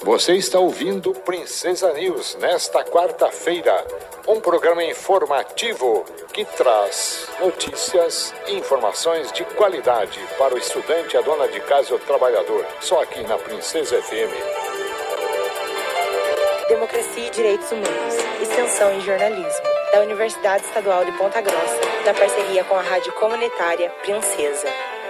Você está ouvindo Princesa News nesta quarta-feira, um programa informativo que traz notícias e informações de qualidade para o estudante, a dona de casa e o trabalhador, só aqui na Princesa FM. Democracia e Direitos Humanos, Extensão e Jornalismo, da Universidade Estadual de Ponta Grossa, na parceria com a Rádio Comunitária Princesa.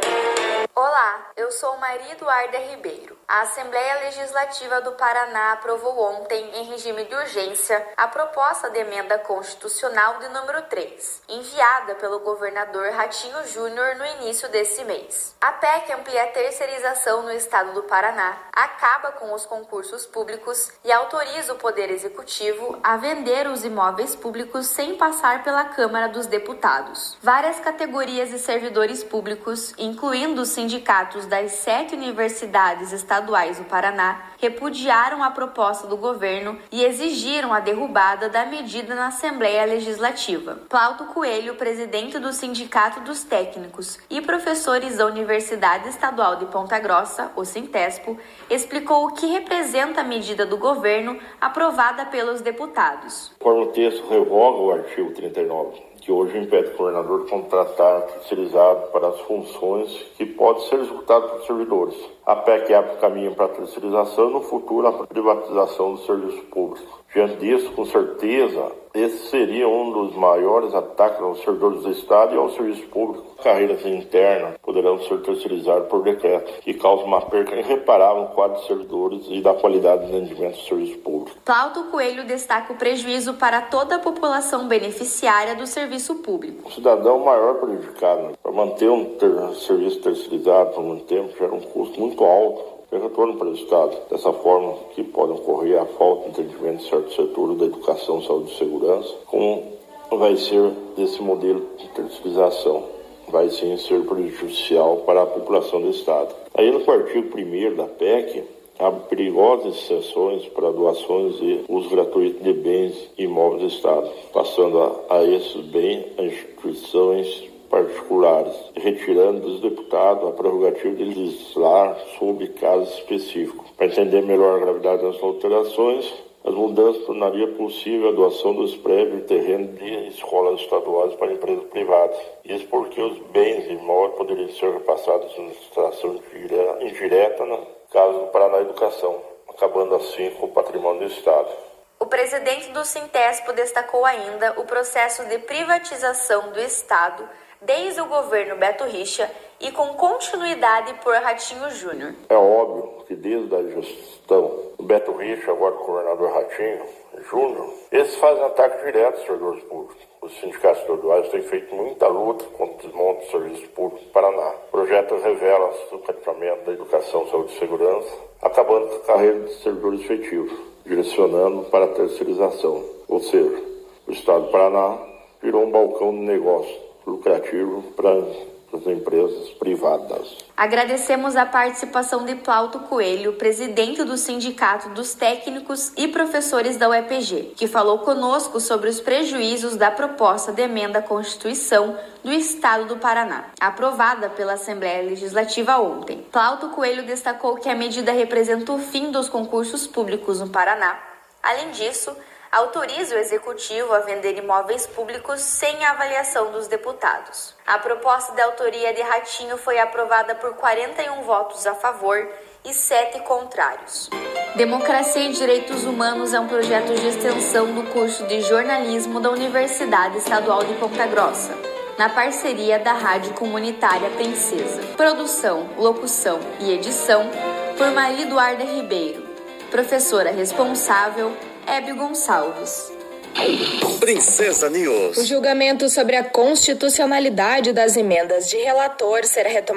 Olá, eu sou Maria Eduarda Ribeiro. A Assembleia Legislativa do Paraná aprovou ontem, em regime de urgência, a proposta de emenda constitucional de número 3, enviada pelo governador Ratinho Júnior no início desse mês. A PEC amplia a terceirização no estado do Paraná, acaba com os concursos públicos e autoriza o Poder Executivo a vender os imóveis públicos sem passar pela Câmara dos Deputados. Várias categorias de servidores públicos, incluindo os sindicatos das 7 universidades estaduais do Paraná, repudiaram a proposta do governo e exigiram a derrubada da medida na Assembleia Legislativa. Plauto Coelho, presidente do Sindicato dos Técnicos e Professores da Universidade Estadual de Ponta Grossa, o Sintespo, explicou o que representa a medida do governo aprovada pelos deputados. O texto revoga o artigo 39. que hoje impede o governador de contratar terceirizado para as funções que pode ser executado por servidores. A PEC abre caminho para a terceirização e, no futuro, a privatização do serviço público. Diante disso, com certeza, esse seria um dos maiores ataques aos servidores do Estado e ao serviço público. Carreiras internas poderão ser terceirizadas por decreto, que causa uma perda irreparável no quadro de servidores e da qualidade do atendimento do serviço público. Plauto Coelho destaca o prejuízo para toda a população beneficiária do serviço público. O cidadão maior prejudicado, para manter um serviço terceirizado por muito tempo, gera um custo muito alto. Retorno para o Estado. Dessa forma que pode ocorrer a falta de entendimento de certo setor da educação, saúde e segurança, como vai ser desse modelo de terceirização. Vai sim ser prejudicial para a população do Estado. Aí no artigo 1º da PEC, abre perigosas exceções para doações e uso gratuito de bens e imóveis do Estado, passando a esses bens a instituições particulares, retirando dos deputados a prerrogativa de legislar sobre casos específicos. Para entender melhor a gravidade das alterações, as mudanças tornariam possível a doação dos prédios e terrenos de escolas estaduais para empresas privadas. Isso porque os bens e imóveis poderiam ser repassados em administração indireta no caso do Paraná Educação, acabando assim com o patrimônio do Estado. O presidente do Sintespo destacou ainda o processo de privatização do Estado desde o governo Beto Richa e com continuidade por Ratinho Júnior. É óbvio que desde a gestão do Beto Richa, agora o governador Ratinho Júnior, esses fazem ataque direto aos servidores públicos. Os sindicatos estaduais têm feito muita luta contra o desmonte do serviço público do Paraná. O projeto revela o sucateamento da educação, saúde e segurança, acabando com a carreira de servidores efetivos, direcionando para a terceirização. Ou seja, o Estado do Paraná virou um balcão de negócio lucrativo para as empresas privadas. Agradecemos a participação de Plauto Coelho, presidente do Sindicato dos Técnicos e Professores da UEPG, que falou conosco sobre os prejuízos da proposta de emenda à Constituição do Estado do Paraná, aprovada pela Assembleia Legislativa ontem. Plauto Coelho destacou que a medida representa o fim dos concursos públicos no Paraná. Além disso, autoriza o Executivo a vender imóveis públicos sem a avaliação dos deputados. A proposta de autoria de Ratinho foi aprovada por 41 votos a favor e 7 contrários. Democracia e Direitos Humanos é um projeto de extensão do curso de jornalismo da Universidade Estadual de Ponta Grossa, na parceria da Rádio Comunitária Princesa. Produção, locução e edição por Maria Eduarda Ribeiro. Professora responsável, Hebe Gonçalves. Princesa News. O julgamento sobre a constitucionalidade das emendas de relator será retomado